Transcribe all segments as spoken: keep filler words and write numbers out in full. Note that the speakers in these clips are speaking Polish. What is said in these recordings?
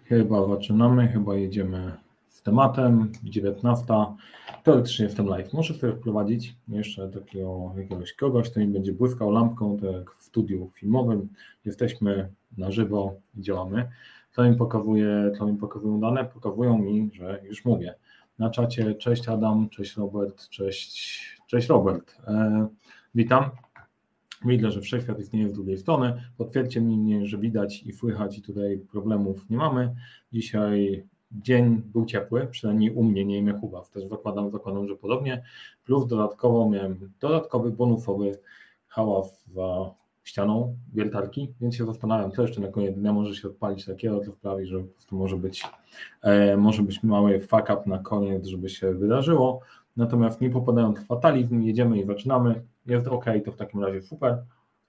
Chyba zaczynamy, chyba jedziemy z tematem. dziewiętnasta. Teoretycznie jestem live. Muszę sobie wprowadzić jeszcze takiego jakiegoś kogoś, kto mi będzie błyskał lampką, tak jak w studiu filmowym. Jesteśmy na żywo i działamy. To mi pokazuje, to mi pokazują dane, pokazują mi, że już mówię. Na czacie cześć Adam, cześć Robert, cześć, cześć Robert. E, witam. Widzę, że wszechświat istnieje z drugiej strony. Potwierdźcie mi, że widać i słychać i tutaj problemów nie mamy. Dzisiaj dzień był ciepły, przynajmniej u mnie, nie wiem jak u Was. Też zakładam, zakładam, że podobnie. Plus dodatkowo miałem dodatkowy bonusowy hałas za ścianą wiertarki, więc się zastanawiam, co jeszcze na koniec dnia może się odpalić takiego, co sprawi, że po prostu może być, e, może być mały fuck up na koniec, żeby się wydarzyło. Natomiast nie popadając w fatalizm, jedziemy i zaczynamy. Jest ok, to w takim razie super.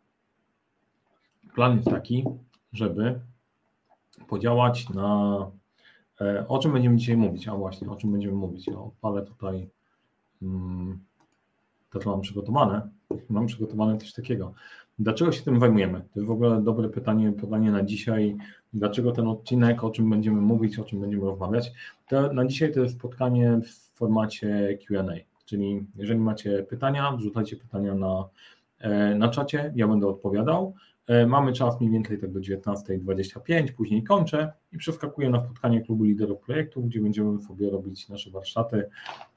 Plan jest taki, żeby podziałać na... O czym będziemy dzisiaj mówić? A właśnie, o czym będziemy mówić? Ja odpalę tutaj hmm, to, co mam przygotowane. Mam przygotowane coś takiego. Dlaczego się tym zajmujemy? To jest w ogóle dobre pytanie, pytanie na dzisiaj. Dlaczego ten odcinek, o czym będziemy mówić, o czym będziemy rozmawiać? To na dzisiaj to jest spotkanie w formacie Q and A, czyli jeżeli macie pytania, wrzucajcie pytania na, na czacie, ja będę odpowiadał. Mamy czas mniej więcej tak do dziewiętnasta dwadzieścia pięć, później kończę i przeskakuję na spotkanie klubu liderów projektów, gdzie będziemy sobie robić nasze warsztaty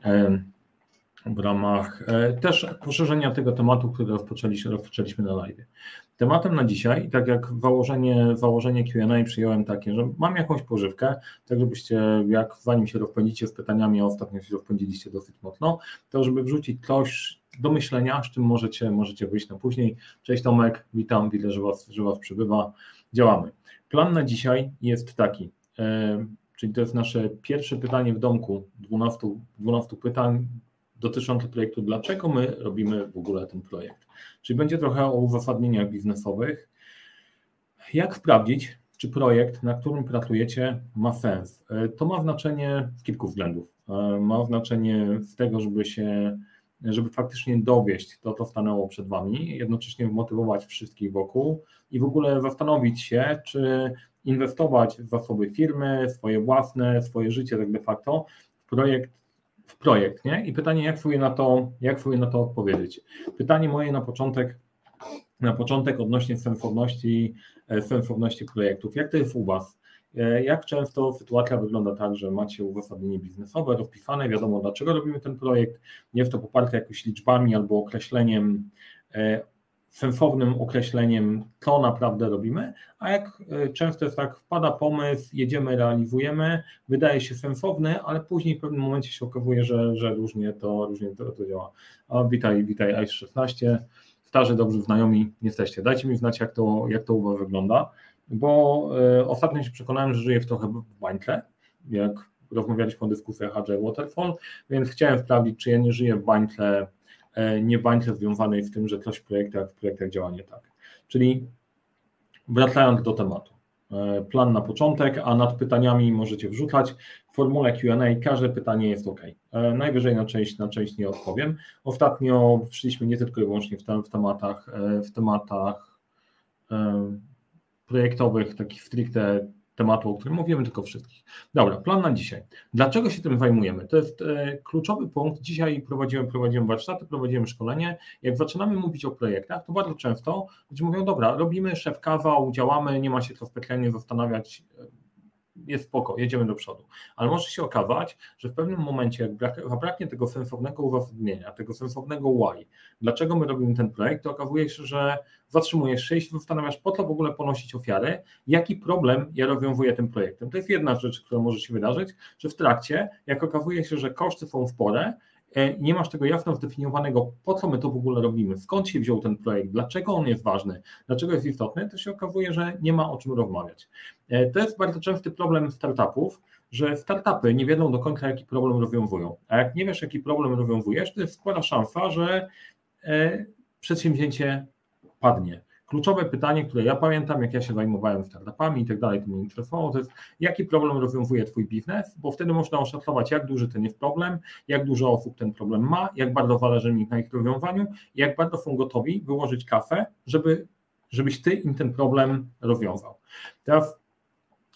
w ramach też poszerzenia tego tematu, który rozpoczęliśmy, rozpoczęliśmy na live. Tematem na dzisiaj, tak jak założenie, założenie Q and A przyjąłem takie, że mam jakąś pożywkę, tak żebyście, jak zanim się rozpędzicie z pytaniami, a ostatnio się rozpędziliście dosyć mocno, to żeby wrzucić coś do myślenia, z czym możecie, możecie wyjść na później. Cześć Tomek, witam, widzę, że was, że was przybywa. Działamy. Plan na dzisiaj jest taki, e, czyli to jest nasze pierwsze pytanie w domku, dwanaście, dwanaście pytań, dotyczące projektu, dlaczego my robimy w ogóle ten projekt. Czyli będzie trochę o uzasadnieniach biznesowych. Jak sprawdzić, czy projekt, na którym pracujecie, ma sens? To ma znaczenie z kilku względów. Ma znaczenie z tego, żeby się, żeby faktycznie dowieść to, co stanęło przed Wami, jednocześnie motywować wszystkich wokół i w ogóle zastanowić się, czy inwestować w zasoby firmy, swoje własne, swoje życie tak de facto w projekt, w projekt, nie? I pytanie, jak sobie na to, jak sobie na to odpowiedzieć. Pytanie moje na początek, na początek odnośnie sensowności, sensowności projektów. Jak to jest u Was? Jak często sytuacja wygląda tak, że macie uzasadnienie biznesowe rozpisane, wiadomo dlaczego robimy ten projekt, jest to poparte jakoś liczbami albo określeniem, sensownym określeniem, co naprawdę robimy, a jak często jest tak, wpada pomysł, jedziemy, realizujemy, wydaje się sensowny, ale później w pewnym momencie się okazuje, że, że różnie, to, różnie to, to działa. O, witaj, witaj Ice szesnaście, starzy, dobrzy znajomi jesteście. Dajcie mi znać, jak to, jak to u Was wygląda, bo y, ostatnio się przekonałem, że żyję w trochę w bańtle, jak rozmawialiśmy o dyskusjach Agile Waterfall, więc chciałem sprawdzić, czy ja nie żyję w bańtle, nie bańce związanej z tym, że coś w projektach, w projektach działa nie tak. Czyli wracając do tematu. Plan na początek, a nad pytaniami możecie wrzucać. W formule Q and A każde pytanie jest ok. Najwyżej na część, na część nie odpowiem. Ostatnio szliśmy nie tylko i wyłącznie w, tem, w tematach, w tematach projektowych, takich stricte tematu, o którym mówimy, tylko wszystkich. Dobra, plan na dzisiaj. Dlaczego się tym zajmujemy? To jest e, kluczowy punkt. Dzisiaj prowadziłem, prowadziłem warsztaty, prowadziłem szkolenie. Jak zaczynamy mówić o projektach, to bardzo często ludzie mówią, dobra, robimy, szef kawał, działamy, nie ma się co specjalnie zastanawiać, jest spoko, jedziemy do przodu. Ale może się okazać, że w pewnym momencie, jak brak, zabraknie tego sensownego uzasadnienia, tego sensownego why, dlaczego my robimy ten projekt, to okazuje się, że zatrzymujesz się i się zastanawiasz, po co w ogóle ponosić ofiary, jaki problem ja rozwiązuję tym projektem. To jest jedna rzecz, która może się wydarzyć, że w trakcie, jak okazuje się, że koszty są spore, nie masz tego jasno zdefiniowanego, po co my to w ogóle robimy, skąd się wziął ten projekt, dlaczego on jest ważny, dlaczego jest istotny, to się okazuje, że nie ma o czym rozmawiać. To jest bardzo częsty problem startupów, że startupy nie wiedzą do końca, jaki problem rozwiązują, a jak nie wiesz, jaki problem rozwiązujesz, to jest spora szansa, że przedsięwzięcie padnie. Kluczowe pytanie, które ja pamiętam, jak ja się zajmowałem startupami i tak dalej, to mnie interesowało, to jest jaki problem rozwiązuje Twój biznes, bo wtedy można oszacować, jak duży ten jest problem, jak dużo osób ten problem ma, jak bardzo zależy mi na ich rozwiązaniu i jak bardzo są gotowi wyłożyć kasę, żeby, żebyś Ty im ten problem rozwiązał. Teraz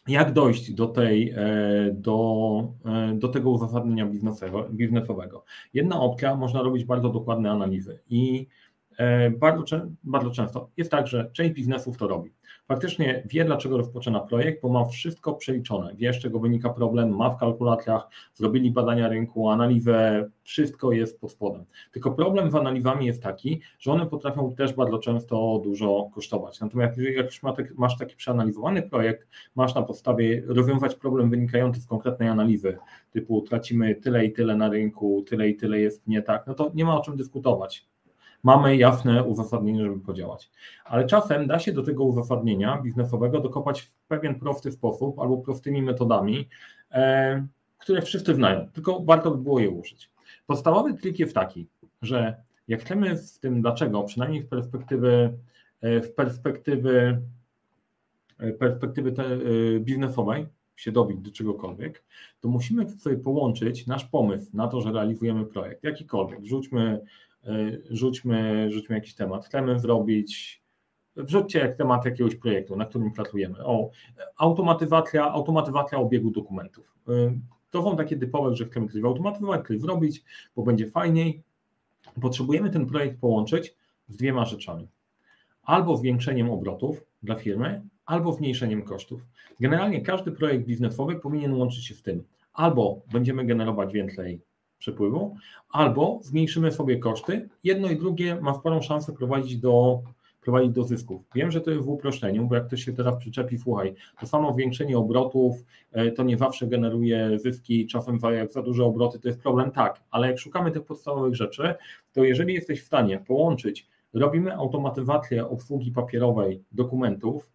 jak dojść do, tej, do, do tego uzasadnienia biznesowego. Jedna opcja, można robić bardzo dokładne analizy i bardzo, bardzo często jest tak, że część biznesów to robi. Faktycznie wie, dlaczego rozpoczyna projekt, bo ma wszystko przeliczone, wie, z czego wynika problem, ma w kalkulacjach, zrobili badania rynku, analizę, wszystko jest pod spodem. Tylko problem z analizami jest taki, że one potrafią też bardzo często dużo kosztować. Natomiast jeżeli jak już masz taki przeanalizowany projekt, masz na podstawie rozwiązać problem wynikający z konkretnej analizy, typu tracimy tyle i tyle na rynku, tyle i tyle jest nie tak, no to nie ma o czym dyskutować. Mamy jasne uzasadnienie, żeby podziałać. Ale czasem da się do tego uzasadnienia biznesowego dokopać w pewien prosty sposób albo prostymi metodami, e, które wszyscy znają, tylko warto by było je użyć. Podstawowy trik jest taki, że jak chcemy z tym dlaczego, przynajmniej z perspektywy, w perspektywy, perspektywy te, biznesowej, się dobić do czegokolwiek, to musimy sobie połączyć nasz pomysł na to, że realizujemy projekt, jakikolwiek, wrzućmy Rzućmy, rzućmy jakiś temat. Chcemy zrobić, wrzućcie jak temat jakiegoś projektu, na którym pracujemy. O, automatyzacja, automatyzacja obiegu dokumentów. To są takie typowe, że chcemy coś automatyzować, coś zrobić, bo będzie fajniej. Potrzebujemy ten projekt połączyć z dwiema rzeczami. Albo zwiększeniem obrotów dla firmy, albo zmniejszeniem kosztów. Generalnie każdy projekt biznesowy powinien łączyć się z tym. Albo będziemy generować więcej przepływu, albo zmniejszymy sobie koszty. Jedno i drugie ma sporą szansę prowadzić do, prowadzić do zysków. Wiem, że to jest w uproszczeniu, bo jak ktoś się teraz przyczepi, słuchaj, to samo zwiększenie obrotów to nie zawsze generuje zyski, czasem jak za duże obroty to jest problem, tak, ale jak szukamy tych podstawowych rzeczy, to jeżeli jesteś w stanie połączyć, robimy automatyzację obsługi papierowej dokumentów,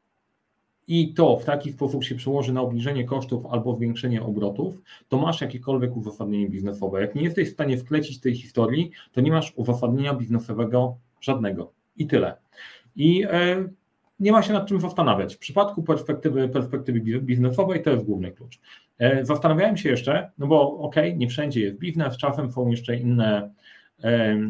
i to w taki sposób się przełoży na obniżenie kosztów albo zwiększenie obrotów, to masz jakiekolwiek uzasadnienie biznesowe. Jak nie jesteś w stanie wklecić tej historii, to nie masz uzasadnienia biznesowego żadnego. I tyle. I e, nie ma się nad czym zastanawiać. W przypadku perspektywy, perspektywy biznesowej to jest główny klucz. E, zastanawiałem się jeszcze, no bo okej, okay, nie wszędzie jest biznes, czasem są jeszcze inne, e,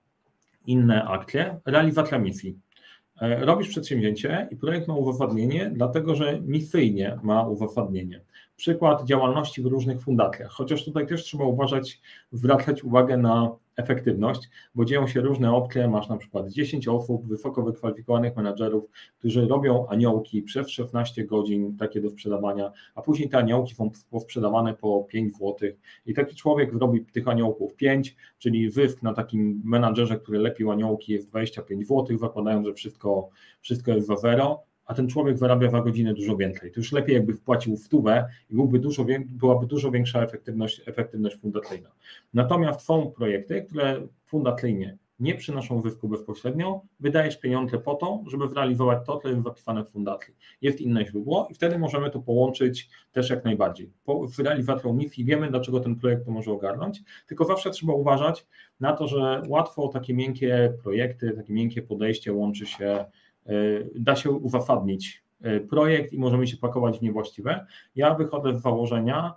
inne akcje, realizacja misji. Robisz przedsięwzięcie i projekt ma uzasadnienie, dlatego że misyjnie ma uzasadnienie. Przykład działalności w różnych fundacjach, chociaż tutaj też trzeba uważać, zwracać uwagę na efektywność, bo dzieją się różne opcje, masz na przykład dziesięć osób, wysoko wykwalifikowanych menadżerów, którzy robią aniołki przez szesnaście godzin, takie do sprzedawania, a później te aniołki są sprzedawane po pięć złotych i taki człowiek robi tych aniołków pięć, czyli zysk na takim menadżerze, który lepił aniołki jest dwadzieścia pięć złotych, zakładając, że wszystko, wszystko jest za zero, a ten człowiek zarabia za godzinę dużo więcej. To już lepiej jakby wpłacił stówę i byłby dużo, byłaby dużo większa efektywność, efektywność fundacyjna. Natomiast są projekty, które fundacyjnie nie przynoszą zysku bezpośrednio, wydajesz pieniądze po to, żeby zrealizować to, co jest zapisane w fundacji. Jest inne źródło i wtedy możemy to połączyć też jak najbardziej. Po, z realizacją misji wiemy, dlaczego ten projekt to może ogarnąć, tylko zawsze trzeba uważać na to, że łatwo takie miękkie projekty, takie miękkie podejście łączy się, da się uzasadnić projekt i możemy się pakować w niewłaściwe. Ja wychodzę z założenia,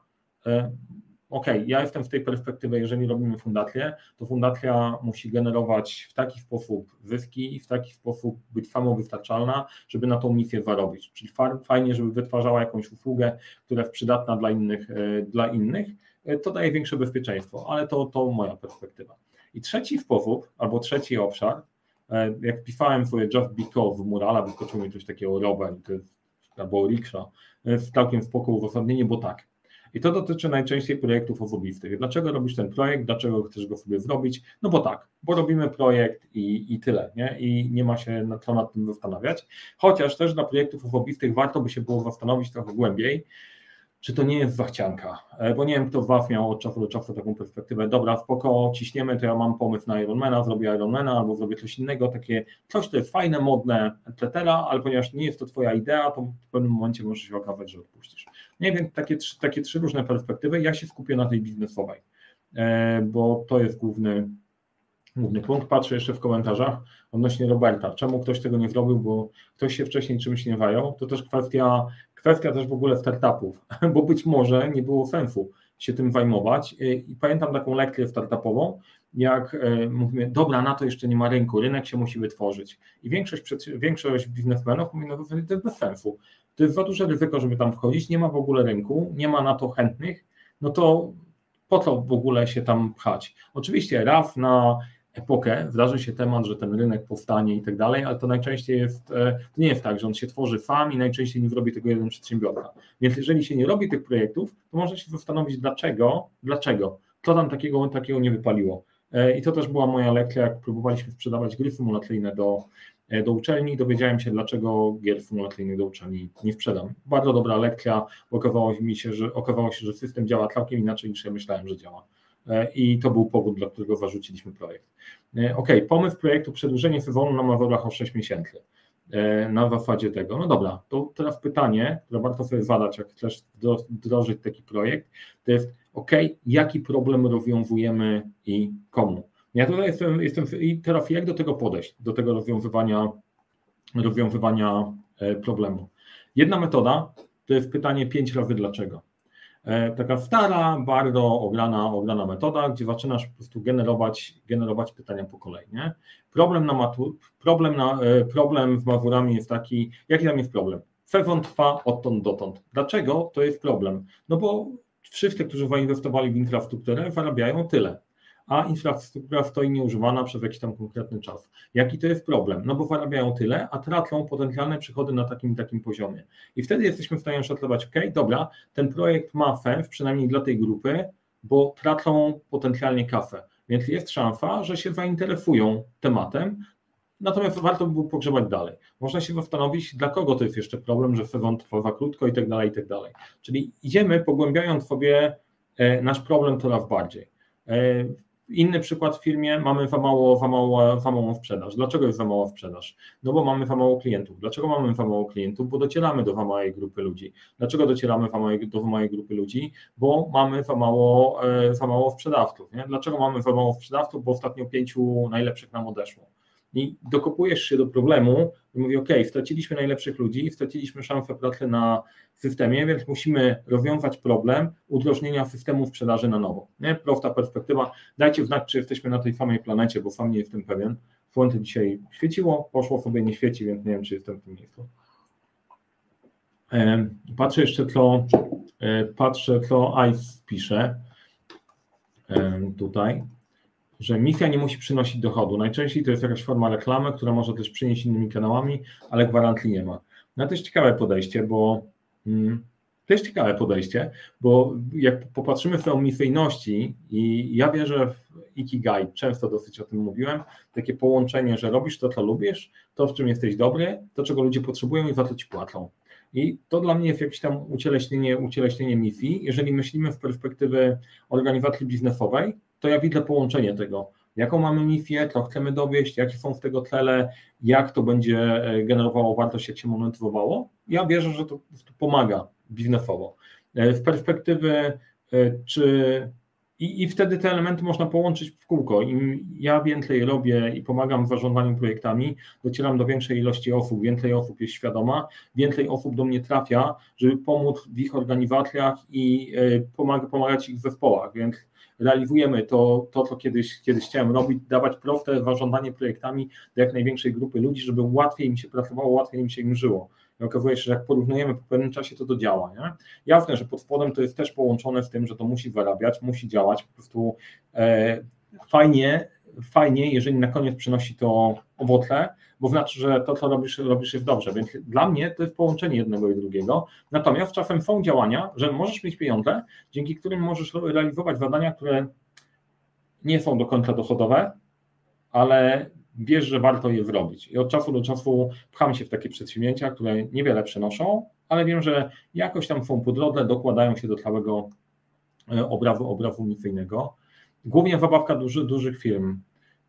ok, ja jestem w tej perspektywie, jeżeli robimy fundację, to fundacja musi generować w taki sposób zyski i w taki sposób być samowystarczalna, żeby na tą misję zarobić. Czyli fajnie, żeby wytwarzała jakąś usługę, która jest przydatna dla innych, dla innych, to daje większe bezpieczeństwo, ale to, to moja perspektywa. I trzeci sposób, albo trzeci obszar, jak pisałem sobie Just Because w Murala, wyskoczyło mi coś takiego Robin, albo Riksha, w całkiem spoko uzasadnienie, bo tak. I to dotyczy najczęściej projektów osobistych. Dlaczego robisz ten projekt, dlaczego chcesz go sobie zrobić? No bo tak, bo robimy projekt i, i tyle, nie? I nie ma się na co nad tym zastanawiać. Chociaż też dla projektów osobistych warto by się było zastanowić trochę głębiej, czy to nie jest zachcianka, bo nie wiem, kto z Was miał od czasu do czasu taką perspektywę, dobra, spoko, ciśniemy, to ja mam pomysł na Ironmana, zrobię Ironmana albo zrobię coś innego, takie coś, to jest fajne, modne, et cetera, ale ponieważ nie jest to Twoja idea, to w pewnym momencie może się okazać, że odpuścisz. Nie wiem, takie, takie trzy różne perspektywy, ja się skupię na tej biznesowej, bo to jest główny, główny punkt. Patrzę jeszcze w komentarzach odnośnie Roberta, czemu ktoś tego nie zrobił, bo ktoś się wcześniej czymś nie zajął, to też kwestia Kwestia też w ogóle startupów, bo być może nie było sensu się tym zajmować. I pamiętam taką lekcję startupową, jak mówimy, dobra, na to jeszcze nie ma rynku, rynek się musi wytworzyć. I większość, większość biznesmenów mówi, no to jest bez sensu. to jest za duże ryzyko, żeby tam wchodzić, nie ma w ogóle rynku, nie ma na to chętnych, no to po co w ogóle się tam pchać? Oczywiście raz na epokę zdarzy się temat, że ten rynek powstanie i tak dalej, ale to najczęściej jest, to nie jest tak, że on się tworzy sam i najczęściej nie zrobi tego jeden przedsiębiorca. Więc jeżeli się nie robi tych projektów, to można się zastanowić dlaczego, dlaczego, co tam takiego, takiego nie wypaliło. I to też była moja lekcja, jak próbowaliśmy sprzedawać gry symulacyjne do, do uczelni, dowiedziałem się, dlaczego gier symulacyjnych do uczelni nie sprzedam. Bardzo dobra lekcja, bo okazało mi się, że okazało się, że system działa całkiem inaczej niż ja myślałem, że działa. I to był powód, dla którego zarzuciliśmy projekt. Ok, pomysł projektu przedłużenie sezonu na Mazurach o sześć miesięcy na zasadzie tego. No dobra, to teraz pytanie, które warto sobie zadać, jak chcesz wdrożyć taki projekt, to jest ok, jaki problem rozwiązujemy i komu? Ja tutaj jestem, jestem i teraz jak do tego podejść, do tego rozwiązywania, rozwiązywania problemu. Jedna metoda to jest pytanie pięć razy dlaczego. Taka stara, bardzo ograna, ograna metoda, gdzie zaczynasz po prostu generować, generować pytania po kolei. Nie? Problem, na matur, problem, na, problem z Mazurami jest taki, jaki tam jest problem? Sezon trwa odtąd dotąd. Dlaczego to jest problem? No bo wszyscy, którzy zainwestowali w infrastrukturę, zarabiają tyle, a infrastruktura stoi nieużywana przez jakiś tam konkretny czas. Jaki to jest problem? No bo zarabiają tyle, a tracą potencjalne przychody na takim takim poziomie. I wtedy jesteśmy w stanie szacować, ok, dobra, ten projekt ma sens, przynajmniej dla tej grupy, bo tracą potencjalnie kasę. Więc jest szansa, że się zainteresują tematem, natomiast warto by było pogrzebać dalej. Można się zastanowić, dla kogo to jest jeszcze problem, że sezon trwa za krótko i tak dalej, i tak dalej. Czyli idziemy pogłębiając sobie nasz problem coraz bardziej. Inny przykład w firmie, mamy za, mało, za, mało, za małą sprzedaż. Dlaczego jest za mała sprzedaż? No bo mamy za mało klientów. Dlaczego mamy za mało klientów? Bo docieramy do za małej grupy ludzi. Dlaczego docieramy za małej, do za małej grupy ludzi? Bo mamy za mało, za mało sprzedawców. Nie? Dlaczego mamy za mało sprzedawców? Bo ostatnio pięciu najlepszych nam odeszło. I dokopujesz się do problemu i mówi, ok, straciliśmy najlepszych ludzi, straciliśmy szansę pracy na systemie, więc musimy rozwiązać problem udrożnienia systemu sprzedaży na nowo. Nie? Prosta perspektywa. Dajcie znać, czy jesteśmy na tej samej planecie, bo sam nie jestem pewien. Słońce dzisiaj świeciło, poszło sobie nie świeci, więc nie wiem, czy jestem w tym miejscu. Patrzę jeszcze, co, patrzę, co Ice pisze tutaj, że misja nie musi przynosić dochodu. Najczęściej to jest jakaś forma reklamy, która może też przynieść innymi kanałami, ale gwarancji nie ma. No to jest ciekawe podejście, bo hmm, to jest ciekawe podejście, bo jak popatrzymy w tą misyjności i ja wierzę w Ikigai, często dosyć o tym mówiłem, takie połączenie, że robisz to, co lubisz, to, w czym jesteś dobry, to, czego ludzie potrzebują i za to ci płacą. I to dla mnie jest jakieś tam ucieleśnienie, ucieleśnienie misji. Jeżeli myślimy w perspektywy organizacji biznesowej, to ja widzę połączenie tego, jaką mamy misję, co chcemy dowieść, jakie są z tego cele, jak to będzie generowało wartość, jak się monetyzowało. Ja wierzę, że to pomaga biznesowo. Z perspektywy czy i, i wtedy te elementy można połączyć w kółko. Im ja więcej robię i pomagam w zarządzaniu projektami, docieram do większej ilości osób, więcej osób jest świadoma, więcej osób do mnie trafia, żeby pomóc w ich organizacjach i pomaga, pomagać ich w zespołach, więc realizujemy to, to co kiedyś, kiedyś chciałem robić, dawać proste zarządzanie projektami do jak największej grupy ludzi, żeby łatwiej im się pracowało, łatwiej im się im żyło. I okazuje się, że jak porównujemy po pewnym czasie, to to działa. Nie? Jasne, że pod spodem to jest też połączone z tym, że to musi zarabiać, musi działać, po prostu e, fajnie, fajnie, jeżeli na koniec przynosi to owoce, bo znaczy, że to, co robisz, robisz jest dobrze, więc dla mnie to jest połączenie jednego i drugiego, natomiast czasem są działania, że możesz mieć pieniądze, dzięki którym możesz realizować zadania, które nie są do końca dochodowe, ale wiesz, że warto je zrobić. I od czasu do czasu pcham się w takie przedsięwzięcia, które niewiele przynoszą, ale wiem, że jakoś tam są po drodze, dokładają się do całego obrazu, obrazu misyjnego. Głównie zabawka duży, dużych firm.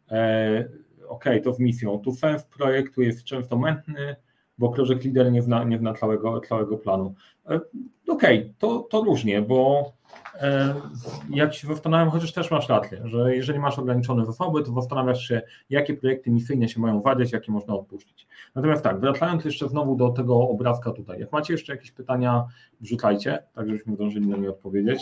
E, ok, to z misją. Tu sens projektu jest często mętny, bo project leader nie zna, nie zna całego, całego planu. E, ok, to, to różnie, bo e, jak się zastanawiam, chociaż też masz rację, że jeżeli masz ograniczone zasoby, to zastanawiasz się, jakie projekty misyjne się mają wadzić, jakie można odpuścić. Natomiast tak, wracając jeszcze znowu do tego obrazka tutaj, jak macie jeszcze jakieś pytania, wrzucajcie, tak żebyśmy zdążyli na nie odpowiedzieć.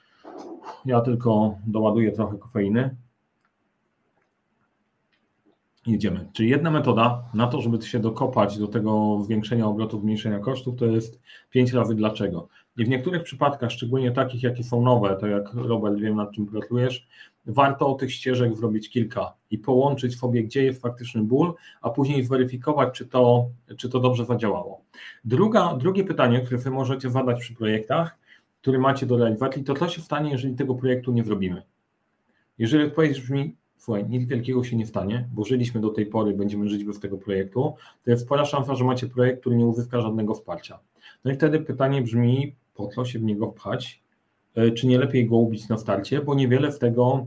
Ja tylko doładuję trochę kofeiny. Jedziemy. Czyli jedna metoda na to, żeby się dokopać do tego zwiększenia obrotów, zmniejszenia kosztów, to jest pięć razy dlaczego. I w niektórych przypadkach, szczególnie takich, jakie są nowe, to jak Robert, wiem nad czym pracujesz, warto tych ścieżek zrobić kilka i połączyć w obie, gdzie jest faktyczny ból, a później zweryfikować, czy to, czy to dobrze zadziałało. Druga, drugie pytanie, które wy możecie zadać przy projektach, które macie do realizacji, to co się stanie, jeżeli tego projektu nie zrobimy? Jeżeli odpowiedź brzmi, słuchaj, nic wielkiego się nie stanie, bo żyliśmy do tej pory, będziemy żyć bez tego projektu, to jest spora szansa, że macie projekt, który nie uzyska żadnego wsparcia. No i wtedy pytanie brzmi, po co się w niego pchać, czy nie lepiej go ubić na starcie, bo niewiele z tego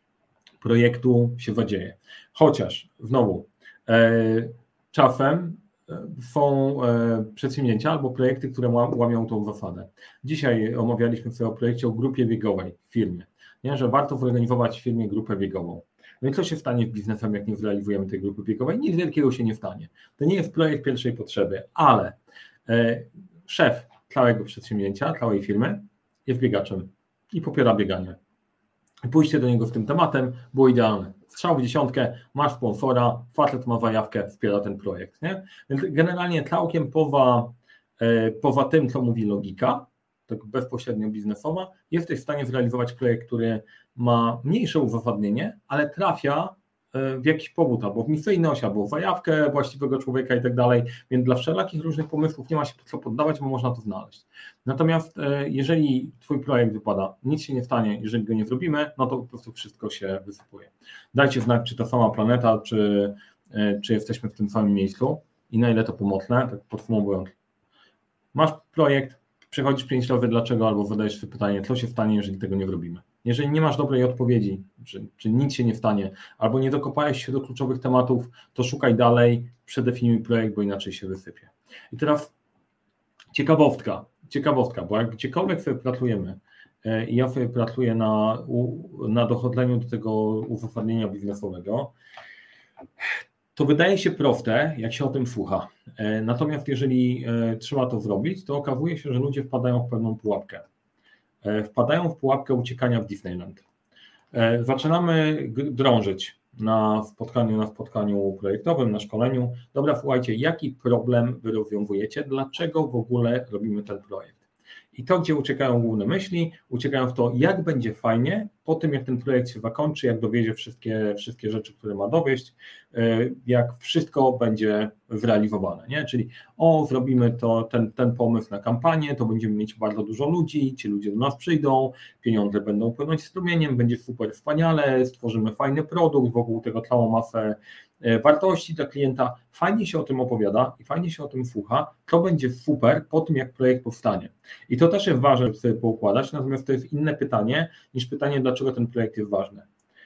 projektu się zadzieje. Chociaż, znowu, e, czasem są e, przedsięwzięcia albo projekty, które łamią tą zasadę. Dzisiaj omawialiśmy sobie o projekcie o grupie biegowej w firmie, nie? Że warto zorganizować w firmie grupę biegową. No i co się stanie w biznesem, jak nie zrealizujemy tej grupy biegowej? Nic wielkiego się nie stanie. To nie jest projekt pierwszej potrzeby, ale e, szef całego przedsięwzięcia, całej firmy jest biegaczem i popiera bieganie. Pójście do niego z tym tematem było idealne. Strzał w dziesiątkę, masz sponsora, facet ma zajawkę, wspiera ten projekt. Nie? Więc generalnie całkiem poza, poza tym, co mówi logika, tak bezpośrednio biznesowa, jesteś w stanie zrealizować projekt, który ma mniejsze uzasadnienie, ale trafia w jakiś powód, albo w misyjność, albo w zajawkę właściwego człowieka i tak dalej, więc dla wszelakich różnych pomysłów nie ma się co poddawać, bo można to znaleźć. Natomiast jeżeli twój projekt wypada, nic się nie stanie, jeżeli go nie zrobimy, no to po prostu wszystko się wysypuje. Dajcie znać, czy ta sama planeta, czy, czy jesteśmy w tym samym miejscu i na ile to pomocne, tak podsumowując. Masz projekt, przechodzisz pięć razy dlaczego, albo zadajesz sobie pytanie, co się stanie, jeżeli tego nie zrobimy. Jeżeli nie masz dobrej odpowiedzi, czy, czy nic się nie stanie, albo nie dokopałeś się do kluczowych tematów, to szukaj dalej, przedefiniuj projekt, bo inaczej się wysypie. I teraz ciekawostka, ciekawostka, bo jak gdziekolwiek sobie pracujemy, i ja sobie pracuję na, na dochodzeniu do tego uzasadnienia biznesowego, to wydaje się proste, jak się o tym słucha. Natomiast jeżeli trzeba to zrobić, to okazuje się, że ludzie wpadają w pewną pułapkę. Wpadają w pułapkę uciekania w Disneyland. Zaczynamy drążyć na spotkaniu, na spotkaniu projektowym, na szkoleniu. Dobra, słuchajcie, jaki problem wy rozwiązujecie? Dlaczego w ogóle robimy ten projekt? I to, gdzie uciekają główne myśli, uciekają w to, jak będzie fajnie po tym, jak ten projekt się zakończy, jak dowiezie wszystkie, wszystkie rzeczy, które ma dowieść, jak wszystko będzie zrealizowane, nie? Czyli o, zrobimy to, ten, ten pomysł na kampanię, to będziemy mieć bardzo dużo ludzi, ci ludzie do nas przyjdą, pieniądze będą płynąć strumieniem, będzie super wspaniale, stworzymy fajny produkt, wokół tego całą masę wartości dla klienta, fajnie się o tym opowiada i fajnie się o tym słucha, to będzie super po tym, jak projekt powstanie. I to też jest ważne, żeby sobie poukładać, natomiast to jest inne pytanie niż pytanie, dlaczego ten projekt jest ważny.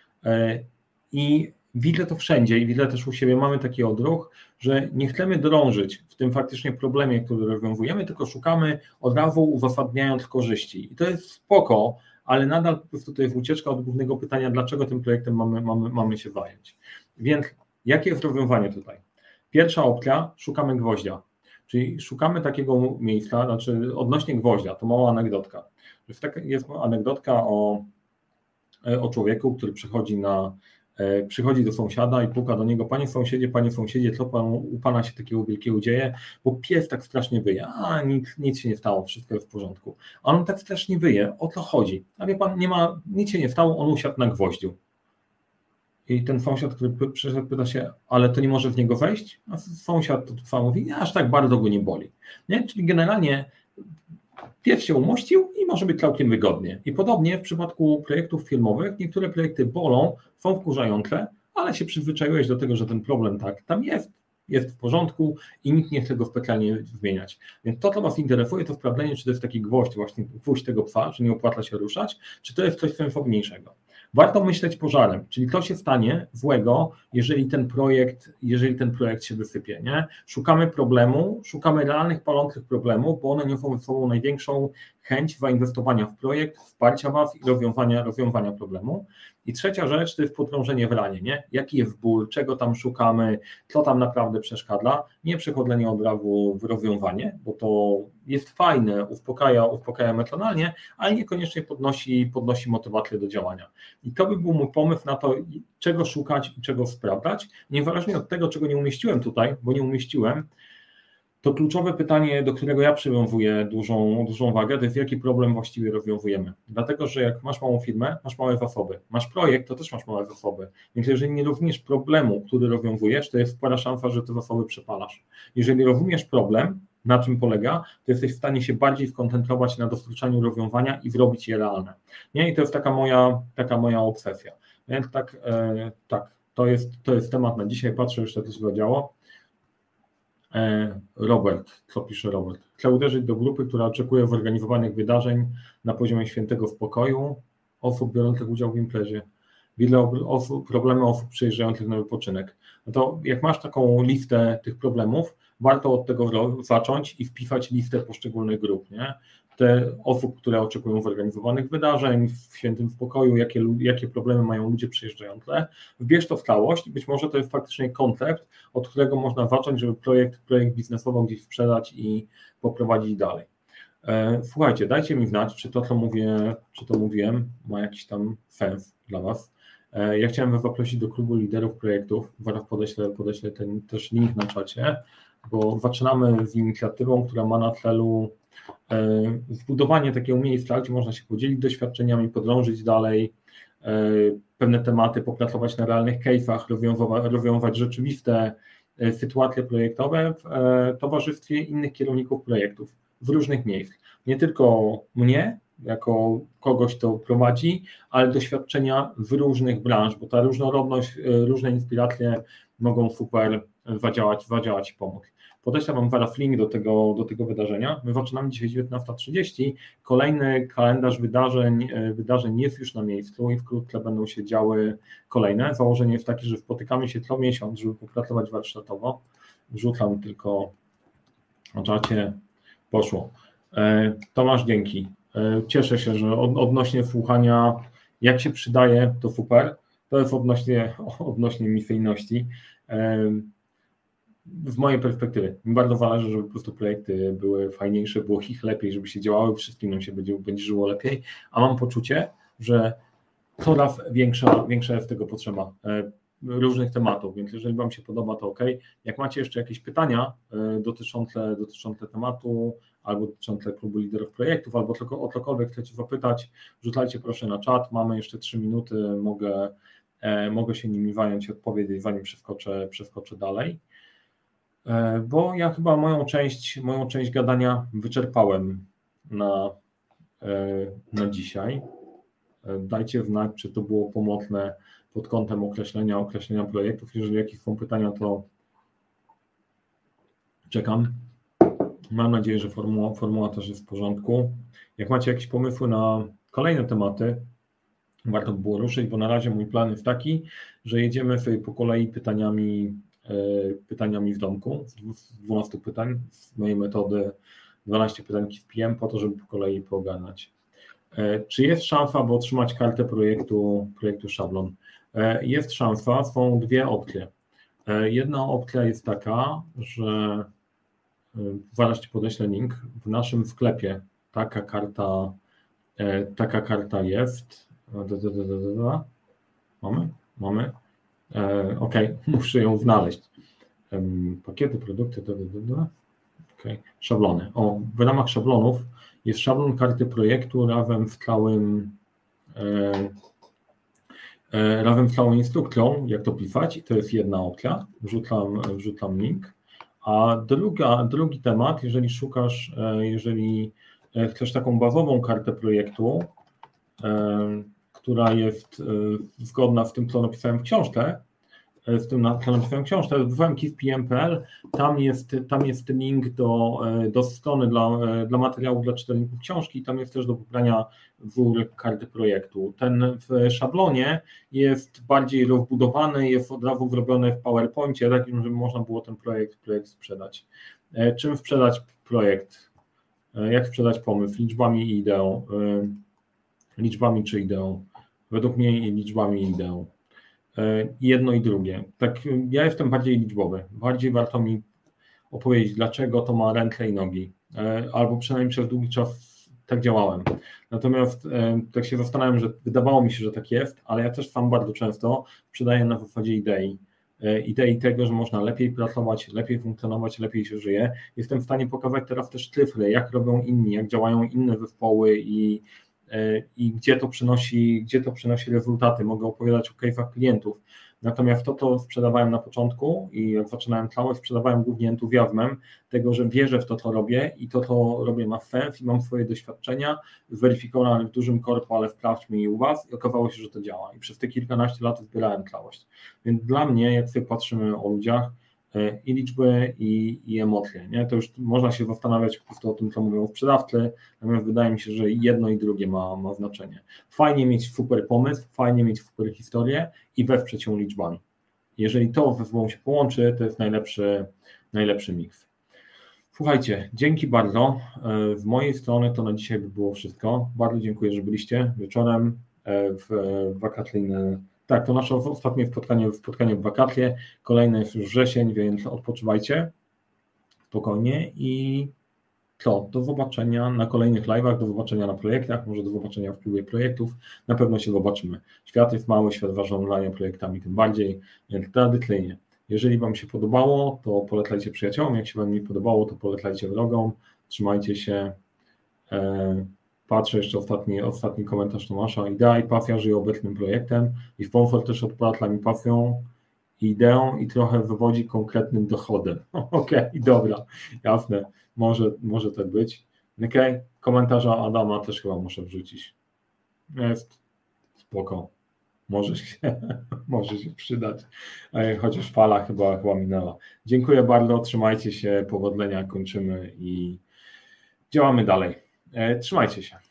I widzę to wszędzie i widzę też u siebie, mamy taki odruch, że nie chcemy drążyć w tym faktycznie problemie, który rozwiązujemy, tylko szukamy od razu uzasadniając korzyści. I to jest spoko, ale nadal po prostu to jest ucieczka od głównego pytania, dlaczego tym projektem mamy, mamy, mamy się zająć. Więc jakie jest rozwiązanie tutaj? Pierwsza opcja, szukamy gwoździa, czyli szukamy takiego miejsca, znaczy odnośnie gwoździa, to mała anegdotka. Jest anegdotka o, o człowieku, który przychodzi, na, przychodzi do sąsiada i puka do niego, panie sąsiedzie, panie sąsiedzie, co pan, u pana się takiego wielkiego dzieje, bo pies tak strasznie wyje, a nic, nic się nie stało, wszystko jest w porządku. A on tak strasznie wyje, o co chodzi? A wie pan, nie ma, nic się nie stało, on usiadł na gwoździu. I ten sąsiad, który przyszedł, pyta się, ale to nie może w niego wejść? A sąsiad to trwa, mówi, aż tak bardzo go nie boli. Nie? Czyli generalnie pies się umościł i może być całkiem wygodnie. I podobnie w przypadku projektów filmowych, niektóre projekty bolą, są wkurzające, ale się przyzwyczaiłeś do tego, że ten problem tak tam jest, jest w porządku i nikt nie chce go specjalnie zmieniać. Więc to, co Was interesuje, to sprawdzenie, czy to jest taki gwoźdź, właśnie gwóźdź tego psa, że nie opłaca się ruszać, czy to jest coś sensowniejszego. Warto myśleć pożarem, czyli co się stanie złego, jeżeli ten projekt, jeżeli ten projekt się wysypie, nie? Szukamy problemu, szukamy realnych, palących problemów, bo one niosą ze sobą największą chęć zainwestowania w projekt, wsparcia Was i rozwiązania, rozwiązania problemu. I trzecia rzecz to jest podrążenie w ranie, nie? Jaki jest ból, czego tam szukamy, co tam naprawdę przeszkadza, nie przechodzenie od razu w rozwiązanie, bo to jest fajne, uspokaja, uspokaja emocjonalnie, ale niekoniecznie podnosi, podnosi motywację do działania. I to by był mój pomysł na to, czego szukać i czego sprawdzać, niezależnie od tego, czego nie umieściłem tutaj, bo nie umieściłem. To kluczowe pytanie, do którego ja przywiązuję dużą, dużą wagę, to jest jaki problem właściwie rozwiązujemy. Dlatego, że jak masz małą firmę, masz małe zasoby. Masz projekt, to też masz małe zasoby. Więc jeżeli nie rozumiesz problemu, który rozwiązujesz, to jest spora szansa, że te zasoby przepalasz. Jeżeli rozumiesz problem, na czym polega, to jesteś w stanie się bardziej skoncentrować na dostarczaniu rozwiązania i zrobić je realne. Nie? I to jest taka moja, taka moja obsesja. Więc tak, e, tak to, jest, to jest temat na dzisiaj. Patrzę jeszcze, co się zadziało. Robert, co pisze Robert? Chcę uderzyć do grupy, która oczekuje zorganizowanych wydarzeń na poziomie świętego spokoju osób biorących udział w imprezie. Wiele osób, problemy osób przyjeżdżających na wypoczynek. No to jak masz taką listę tych problemów, warto od tego zacząć i wpisać listę poszczególnych grup, nie? Te osób, które oczekują zorganizowanych wydarzeń w świętym spokoju, jakie, jakie problemy mają ludzie przyjeżdżający, wbierz to w całość i być może to jest faktycznie koncept, od którego można zacząć, żeby projekt, projekt biznesowy gdzieś sprzedać i poprowadzić dalej. Słuchajcie, dajcie mi znać, czy to, co mówię, czy to mówiłem, ma jakiś tam sens dla Was. Ja chciałem Was zaprosić do klubu liderów projektów, zaraz podeślę, podeślę ten też link na czacie, bo zaczynamy z inicjatywą, która ma na celu zbudowanie takiego miejsca, gdzie można się podzielić doświadczeniami, podrążyć dalej pewne tematy, popracować na realnych case'ach, rozwiązywać, rozwiązywać rzeczywiste sytuacje projektowe w towarzystwie innych kierowników projektów w różnych miejscach. Nie tylko mnie, jako kogoś, kto prowadzi, ale doświadczenia w różnych branż, bo ta różnorodność, różne inspiracje mogą super zadziałać, zadziałać i pomóc. Podeślę Wam zaraz link do tego, do tego wydarzenia. My zaczynamy dzisiaj dziewiętnasta trzydzieści. Kolejny kalendarz wydarzeń, wydarzeń jest już na miejscu i wkrótce będą się działy kolejne. Założenie jest takie, że spotykamy się co miesiąc, żeby popracować warsztatowo. Wrzucam tylko na czacie. Poszło. Tomasz, dzięki. Cieszę się, że odnośnie słuchania, jak się przydaje, to super. To jest odnośnie, odnośnie misyjności. Z mojej perspektywy mi bardzo zależy, żeby po prostu projekty były fajniejsze, było ich lepiej, żeby się działały, wszystkim nam się będzie, będzie żyło lepiej, a mam poczucie, że coraz większa, większa jest tego potrzeba różnych tematów, więc jeżeli Wam się podoba, to ok. Jak macie jeszcze jakieś pytania dotyczące, dotyczące tematu, albo dotyczące klubu liderów projektów, albo tylko o cokolwiek chcecie zapytać, rzucajcie proszę na czat, mamy jeszcze trzy minuty, mogę, mogę się nimi zająć i odpowiedzieć, zanim przeskoczę, przeskoczę dalej. Bo ja chyba moją część, moją część gadania wyczerpałem na, na dzisiaj. Dajcie znać, czy to było pomocne pod kątem określenia, określenia projektów. Jeżeli jakieś są pytania, to czekam. Mam nadzieję, że formuła, formuła też jest w porządku. Jak macie jakieś pomysły na kolejne tematy, warto by było ruszyć, bo na razie mój plan jest taki, że jedziemy sobie po kolei pytaniami pytaniami w domku, z dwunastu pytań, z mojej metody dwanaście pytań w P M, po to, żeby po kolei poogarniać. Czy jest szansa, by otrzymać kartę projektu, projektu szablon? Jest szansa, są dwie opcje. Jedna opcja jest taka, że zaraz Ci podeślę link, w naszym sklepie taka karta, taka karta jest. Mamy? Mamy. Ok, muszę ją znaleźć. Pakiety, produkty, da, da, da. Okay. Szablony. O, w ramach szablonów jest szablon karty projektu razem z całym e, e, razem z całą instrukcją, jak to pisać. To jest jedna opcja. Wrzucam, wrzucam link. A druga, drugi temat, jeżeli szukasz, e, jeżeli chcesz taką bazową kartę projektu, e, która jest e, zgodna z tym, co napisałem w książce, z tym na napisałem książkę, wywałem kif kropka p m kropka p l, tam jest, tam jest link do, do strony dla, dla materiałów dla czytelników książki, tam jest też do pobrania wzór karty projektu. Ten w szablonie jest bardziej rozbudowany, jest od razu zrobiony w PowerPoincie, takim, żeby można było ten projekt, projekt sprzedać. Czym sprzedać projekt? Jak sprzedać pomysł? Liczbami i ideą. Liczbami czy ideą? Według mnie liczbami i ideą. Jedno i drugie. Tak, ja jestem bardziej liczbowy. Bardziej warto mi opowiedzieć, dlaczego to ma ręce i nogi. Albo przynajmniej przez długi czas tak działałem. Natomiast tak się zastanawiam, że wydawało mi się, że tak jest, ale ja też sam bardzo często sprzedaję na zasadzie idei. Idei tego, że można lepiej pracować, lepiej funkcjonować, lepiej się żyje. Jestem w stanie pokazać teraz też cyfry, jak robią inni, jak działają inne zespoły i, i gdzie to przynosi, gdzie to przynosi rezultaty. Mogę opowiadać o case'ach klientów. Natomiast to, co sprzedawałem na początku i jak zaczynałem całość, sprzedawałem głównie entuzjazmem tego, że wierzę w to, co robię i to, co robię ma sens i mam swoje doświadczenia zweryfikowane w dużym korpo, ale sprawdźmy i u Was i okazało się, że to działa i przez te kilkanaście lat zbierałem całość. Więc dla mnie, jak sobie patrzymy o ludziach, i liczby, i, i emocje, nie? To już można się zastanawiać po prostu o tym, co mówią sprzedawcy, natomiast wydaje mi się, że jedno i drugie ma, ma znaczenie. Fajnie mieć super pomysł, fajnie mieć super historię i wesprzeć ją liczbami. Jeżeli to ze sobą się połączy, to jest najlepszy, najlepszy miks. Słuchajcie, dzięki bardzo. Z mojej strony to na dzisiaj by było wszystko. Bardzo dziękuję, że byliście wieczorem w wakacyjne. Tak, to nasze ostatnie spotkanie, spotkanie w wakacje, kolejne jest już wrzesień, więc odpoczywajcie spokojnie i co, do zobaczenia na kolejnych live'ach, do zobaczenia na projektach, może do zobaczenia w klubie projektów, na pewno się zobaczymy. Świat jest mały, świat zarządzania projektami tym bardziej, więc tradycyjnie. Jeżeli Wam się podobało, to polecajcie przyjaciołom, jak się Wam nie podobało, to polecajcie wrogom, trzymajcie się. Patrzę jeszcze ostatni, ostatni komentarz Tomasza. Idea i pasja żyje obecnym projektem i sponsor też odpłata mi pasją, ideą i trochę wywodzi konkretnym dochodem. Okej, okay, dobra, jasne, może, może tak być. Okej, okay. Komentarza Adama też chyba muszę wrzucić. Jest spoko, może się, może się przydać, chociaż fala chyba, chyba minęła. Dziękuję bardzo, trzymajcie się, powodzenia, kończymy i działamy dalej. Trzymajcie się.